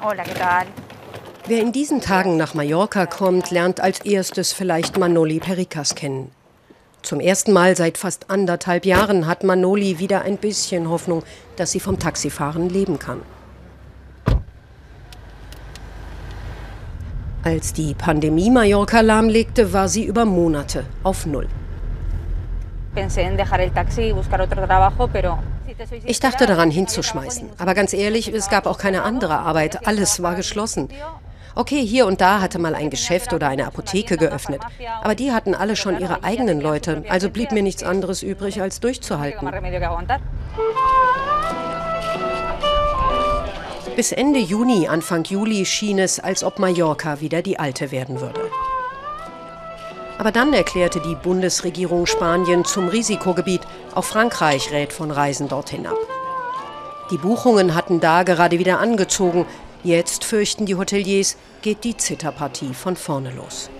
Hola, ¿qué tal? Wer in diesen Tagen nach Mallorca kommt, lernt als erstes vielleicht Manoli Pericas kennen. Zum ersten Mal seit fast 1,5 Jahren hat Manoli wieder ein bisschen Hoffnung, dass sie vom Taxifahren leben kann. Als die Pandemie Mallorca lahmlegte, war sie über Monate auf Null. Ich dachte daran, hinzuschmeißen. Aber ganz ehrlich, es gab auch keine andere Arbeit. Alles war geschlossen. Okay, hier und da hatte mal ein Geschäft oder eine Apotheke geöffnet. Aber die hatten alle schon ihre eigenen Leute. Also blieb mir nichts anderes übrig, als durchzuhalten. Bis Ende Juni, Anfang Juli schien es, als ob Mallorca wieder die alte werden würde. Aber dann erklärte die Bundesregierung Spanien zum Risikogebiet. Auch Frankreich rät von Reisen dorthin ab. Die Buchungen hatten da gerade wieder angezogen. Jetzt, fürchten die Hoteliers, geht die Zitterpartie von vorne los.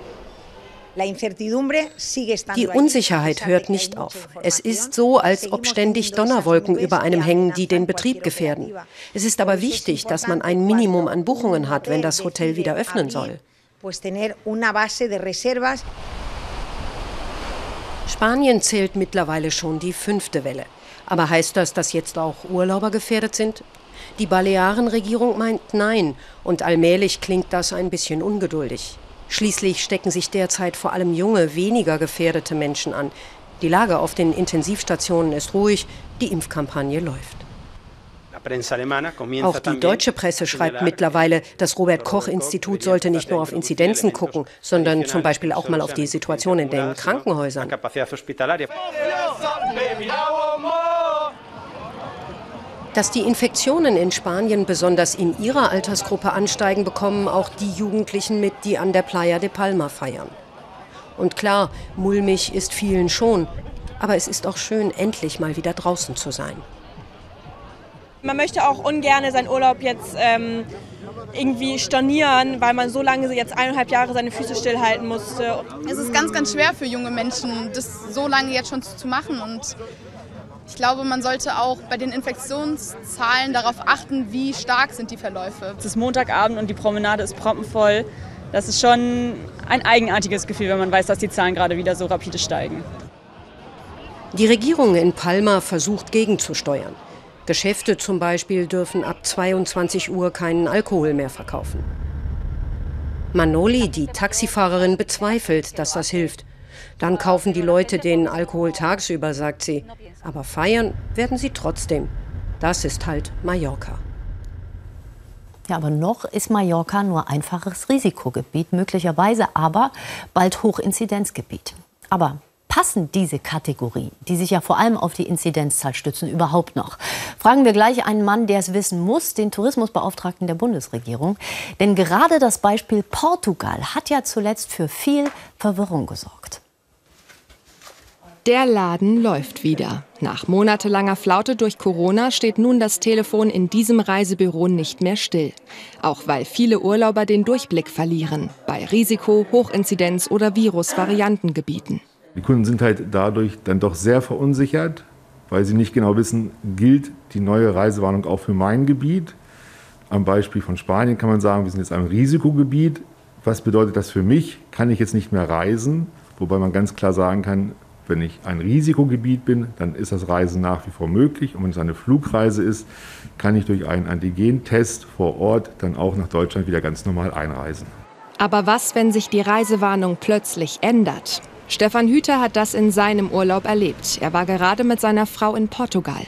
Die Unsicherheit hört nicht auf. Es ist so, als ob ständig Donnerwolken über einem hängen, die den Betrieb gefährden. Es ist aber wichtig, dass man ein Minimum an Buchungen hat, wenn das Hotel wieder öffnen soll. Spanien zählt mittlerweile schon die 5. Welle. Aber heißt das, dass jetzt auch Urlauber gefährdet sind? Die Balearenregierung meint nein. Und allmählich klingt das ein bisschen ungeduldig. Schließlich stecken sich derzeit vor allem junge, weniger gefährdete Menschen an. Die Lage auf den Intensivstationen ist ruhig, die Impfkampagne läuft. Auch die deutsche Presse schreibt mittlerweile, das Robert-Koch-Institut sollte nicht nur auf Inzidenzen gucken, sondern zum Beispiel auch mal auf die Situation in den Krankenhäusern. Dass die Infektionen in Spanien besonders in ihrer Altersgruppe ansteigen, bekommen auch die Jugendlichen mit, die an der Playa de Palma feiern. Und klar, mulmig ist vielen schon, aber es ist auch schön, endlich mal wieder draußen zu sein. Man möchte auch ungern seinen Urlaub jetzt irgendwie stornieren, weil man so lange jetzt 1,5 Jahre seine Füße stillhalten musste. Es ist ganz, ganz schwer für junge Menschen, das so lange jetzt schon zu machen. Und ich glaube, man sollte auch bei den Infektionszahlen darauf achten, wie stark sind die Verläufe. Es ist Montagabend und die Promenade ist proppenvoll. Das ist schon ein eigenartiges Gefühl, wenn man weiß, dass die Zahlen gerade wieder so rapide steigen. Die Regierung in Palma versucht gegenzusteuern. Geschäfte zum Beispiel dürfen ab 22 Uhr keinen Alkohol mehr verkaufen. Manoli, die Taxifahrerin, bezweifelt, dass das hilft. Dann kaufen die Leute den Alkohol tagsüber, sagt sie. Aber feiern werden sie trotzdem. Das ist halt Mallorca. Ja, aber noch ist Mallorca nur einfaches Risikogebiet, möglicherweise aber bald Hochinzidenzgebiet. Aber passen diese Kategorien, die sich ja vor allem auf die Inzidenzzahl stützen, überhaupt noch? Fragen wir gleich einen Mann, der es wissen muss, den Tourismusbeauftragten der Bundesregierung. Denn gerade das Beispiel Portugal hat ja zuletzt für viel Verwirrung gesorgt. Der Laden läuft wieder. Nach monatelanger Flaute durch Corona steht nun das Telefon in diesem Reisebüro nicht mehr still. Auch weil viele Urlauber den Durchblick verlieren. Bei Risiko-, Hochinzidenz- oder Virusvariantengebieten. Die Kunden sind halt dadurch dann doch sehr verunsichert, weil sie nicht genau wissen, gilt die neue Reisewarnung auch für mein Gebiet. Am Beispiel von Spanien kann man sagen, wir sind jetzt ein Risikogebiet. Was bedeutet das für mich? Kann ich jetzt nicht mehr reisen? Wobei man ganz klar sagen kann, wenn ich ein Risikogebiet bin, dann ist das Reisen nach wie vor möglich. Und wenn es eine Flugreise ist, kann ich durch einen Antigentest vor Ort dann auch nach Deutschland wieder ganz normal einreisen. Aber was, wenn sich die Reisewarnung plötzlich ändert? Stefan Hüter hat das in seinem Urlaub erlebt. Er war gerade mit seiner Frau in Portugal.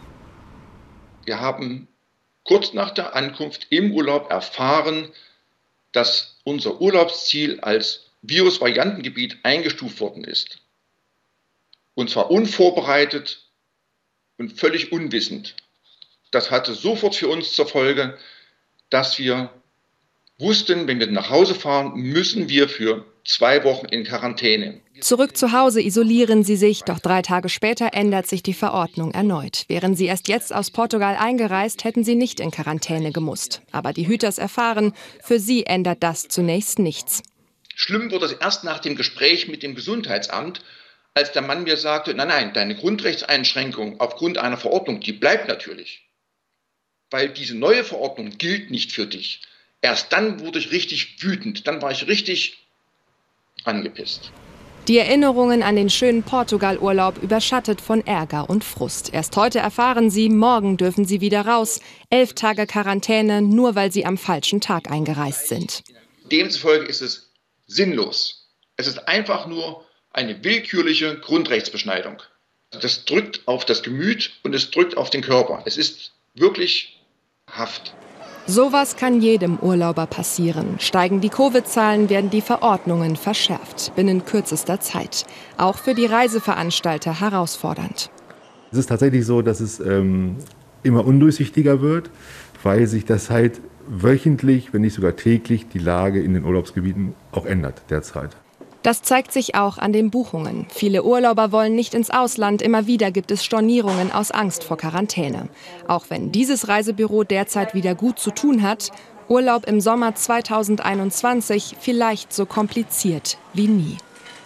Wir haben kurz nach der Ankunft im Urlaub erfahren, dass unser Urlaubsziel als Virusvariantengebiet eingestuft worden ist. Und zwar unvorbereitet und völlig unwissend. Das hatte sofort für uns zur Folge, dass wir wussten, wenn wir nach Hause fahren, müssen wir für 2 Wochen in Quarantäne. Zurück zu Hause isolieren sie sich, doch 3 Tage später ändert sich die Verordnung erneut. Wären sie erst jetzt aus Portugal eingereist, hätten sie nicht in Quarantäne gemusst. Aber die Hüters erfahren, für sie ändert das zunächst nichts. Schlimm wurde es erst nach dem Gespräch mit dem Gesundheitsamt, als der Mann mir sagte, nein, deine Grundrechtseinschränkung aufgrund einer Verordnung, die bleibt natürlich. weil diese neue Verordnung gilt nicht für dich. Erst dann wurde ich richtig wütend, dann war ich richtig angepisst. Die Erinnerungen an den schönen Portugal-Urlaub überschattet von Ärger und Frust. Erst heute erfahren sie, morgen dürfen sie wieder raus. 11 Tage Quarantäne, nur weil sie am falschen Tag eingereist sind. Demzufolge ist es sinnlos. Es ist einfach nur eine willkürliche Grundrechtsbeschneidung. Das drückt auf das Gemüt und es drückt auf den Körper. Es ist wirklich Haft. Sowas kann jedem Urlauber passieren. Steigen die Covid-Zahlen, werden die Verordnungen verschärft. Binnen kürzester Zeit. Auch für die Reiseveranstalter herausfordernd. Es ist tatsächlich so, dass es immer undurchsichtiger wird, weil sich das halt wöchentlich, wenn nicht sogar täglich, die Lage in den Urlaubsgebieten auch ändert derzeit. Das zeigt sich auch an den Buchungen. Viele Urlauber wollen nicht ins Ausland. Immer wieder gibt es Stornierungen aus Angst vor Quarantäne. Auch wenn dieses Reisebüro derzeit wieder gut zu tun hat, Urlaub im Sommer 2021 vielleicht so kompliziert wie nie.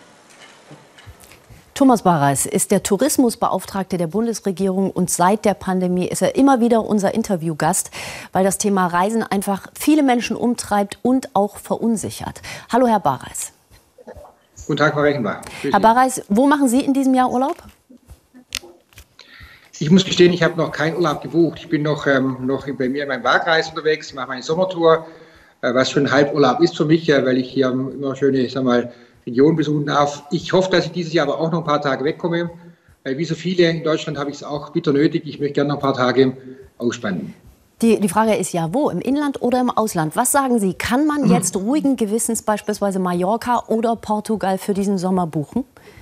Thomas Barreis ist der Tourismusbeauftragte der Bundesregierung und seit der Pandemie ist er immer wieder unser Interviewgast, weil das Thema Reisen einfach viele Menschen umtreibt und auch verunsichert. Hallo, Herr Barreis. Guten Tag, Frau Reichenbach. Herr Barreis, wo machen Sie in diesem Jahr Urlaub? Ich muss gestehen, ich habe noch keinen Urlaub gebucht. Ich bin noch bei mir in meinem Wahlkreis unterwegs, mache meine Sommertour, was schon Halburlaub ist für mich, weil ich hier immer schöne Regionen besuchen darf. Ich hoffe, dass ich dieses Jahr aber auch noch ein paar Tage wegkomme, weil wie so viele in Deutschland habe ich es auch bitter nötig. Ich möchte gerne noch ein paar Tage ausspannen. Die Frage ist ja, wo? Im Inland oder im Ausland? Was sagen Sie? Kann man jetzt ruhigen Gewissens beispielsweise Mallorca oder Portugal für diesen Sommer buchen?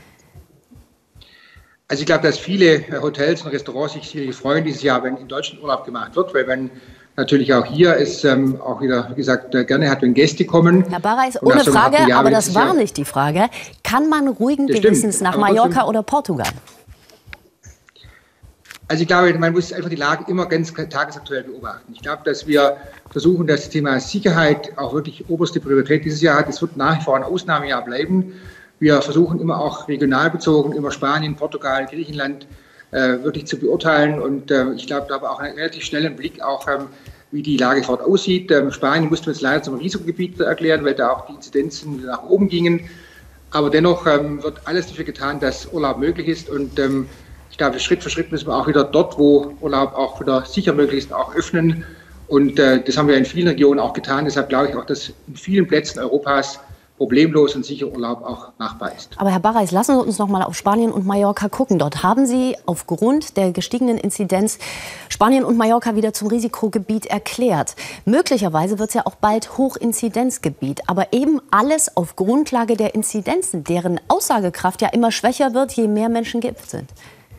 Also ich glaube, dass viele Hotels und Restaurants sich sicherlich freuen dieses Jahr, wenn in Deutschland Urlaub gemacht wird, weil wenn natürlich auch hier es auch wieder, wie gesagt, gerne hat, wenn Gäste kommen. Herr Barreis, ohne Frage, aber das war nicht die Frage. Kann man ruhigen Gewissens nach Mallorca oder Portugal? Also ich glaube, man muss einfach die Lage immer ganz tagesaktuell beobachten. Ich glaube, dass wir versuchen, dass das Thema Sicherheit auch wirklich oberste Priorität dieses Jahr hat. Es wird nach wie vor ein Ausnahmejahr bleiben. Wir versuchen immer auch regional bezogen, immer Spanien, Portugal, Griechenland wirklich zu beurteilen. Und ich glaube, da haben wir auch einen relativ schnellen Blick auch, wie die Lage fort aussieht. Spanien mussten wir jetzt leider zum Risikogebiet erklären, weil da auch die Inzidenzen nach oben gingen. Aber dennoch wird alles dafür getan, dass Urlaub möglich ist. Und ich glaube, Schritt für Schritt müssen wir auch wieder dort, wo Urlaub auch wieder sicher möglich ist, auch öffnen. Und das haben wir in vielen Regionen auch getan. Deshalb glaube ich auch, dass in vielen Plätzen Europas problemlos und sicher Urlaub auch machbar ist. Aber Herr Barreis, lassen Sie uns noch mal auf Spanien und Mallorca gucken. Dort haben Sie aufgrund der gestiegenen Inzidenz Spanien und Mallorca wieder zum Risikogebiet erklärt. Möglicherweise wird es ja auch bald Hochinzidenzgebiet. Aber eben alles auf Grundlage der Inzidenzen, deren Aussagekraft ja immer schwächer wird, je mehr Menschen geimpft sind.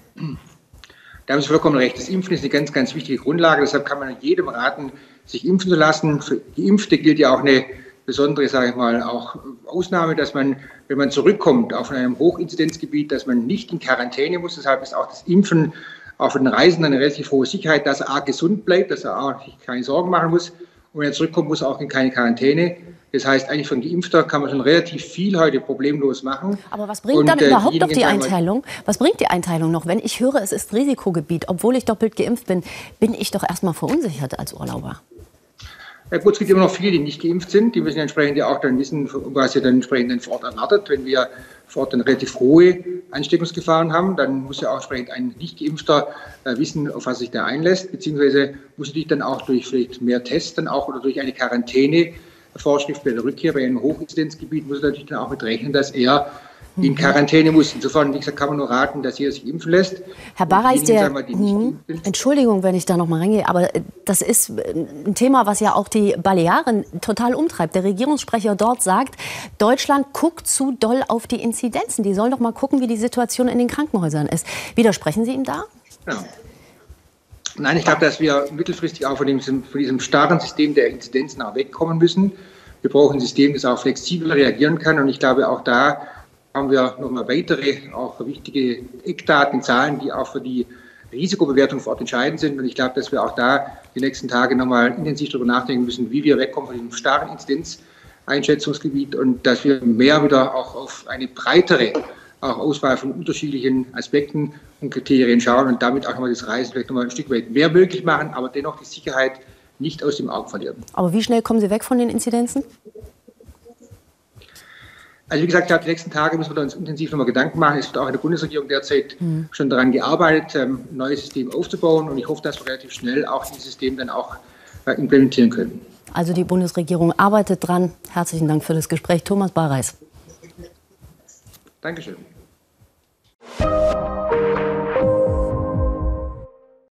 Da haben Sie vollkommen recht. Das Impfen ist eine ganz, ganz wichtige Grundlage. Deshalb kann man jedem raten, sich impfen zu lassen. Für Geimpfte gilt ja auch eine besondere, sage ich mal, auch Ausnahme, dass man, wenn man zurückkommt auf einem Hochinzidenzgebiet, dass man nicht in Quarantäne muss. Deshalb ist auch das Impfen auch für den Reisenden eine relativ hohe Sicherheit, dass er gesund bleibt, dass er sich keine Sorgen machen muss. Und wenn er zurückkommt, muss er auch in keine Quarantäne. Das heißt, eigentlich von Geimpfter kann man schon relativ viel heute problemlos machen. Aber was bringt dann überhaupt noch die Einteilung? Was bringt die Einteilung noch? Wenn ich höre, es ist Risikogebiet, obwohl ich doppelt geimpft bin, bin ich doch erstmal verunsichert als Urlauber. Ja gut, es gibt immer noch viele, die nicht geimpft sind. Die müssen entsprechend ja auch dann wissen, was sie dann entsprechend vor Ort erwartet. Wenn wir vor Ort dann relativ hohe Ansteckungsgefahren haben, dann muss ja auch entsprechend ein Nicht-Geimpfter wissen, auf was sich da einlässt. Beziehungsweise muss natürlich dann auch durch vielleicht mehr Tests dann auch oder durch eine Quarantäne-Vorschrift bei der Rückkehr bei einem Hochinzidenzgebiet muss er natürlich dann auch mit rechnen, dass er in Quarantäne muss. Insofern, wie gesagt, kann man nur raten, dass jeder sich impfen lässt. Herr Barreis, Entschuldigung, wenn ich da noch mal reingehe, aber das ist ein Thema, was ja auch die Balearen total umtreibt. Der Regierungssprecher dort sagt, Deutschland guckt zu doll auf die Inzidenzen. Die sollen doch mal gucken, wie die Situation in den Krankenhäusern ist. Widersprechen Sie ihm da? Ja. Nein, ich glaube, dass wir mittelfristig auch von diesem starren System der Inzidenzen auch wegkommen müssen. Wir brauchen ein System, das auch flexibel reagieren kann. Und ich glaube, auch da haben wir nochmal weitere, auch wichtige Eckdaten, Zahlen, die auch für die Risikobewertung vor Ort entscheidend sind. Und ich glaube, dass wir auch da die nächsten Tage nochmal intensiv darüber nachdenken müssen, wie wir wegkommen von diesem starren Inzidenzeinschätzungsgebiet und dass wir mehr wieder auch auf eine breitere auch Auswahl von unterschiedlichen Aspekten und Kriterien schauen und damit auch nochmal das Reisen vielleicht nochmal ein Stück weit mehr möglich machen, aber dennoch die Sicherheit nicht aus dem Auge verlieren. Aber wie schnell kommen Sie weg von den Inzidenzen? Also wie gesagt, die nächsten Tage müssen wir uns intensiv nochmal Gedanken machen. Es wird auch in der Bundesregierung derzeit schon daran gearbeitet, ein neues System aufzubauen. Und ich hoffe, dass wir relativ schnell auch dieses System dann auch implementieren können. Also die Bundesregierung arbeitet dran. Herzlichen Dank für das Gespräch, Thomas Bareis. Dankeschön.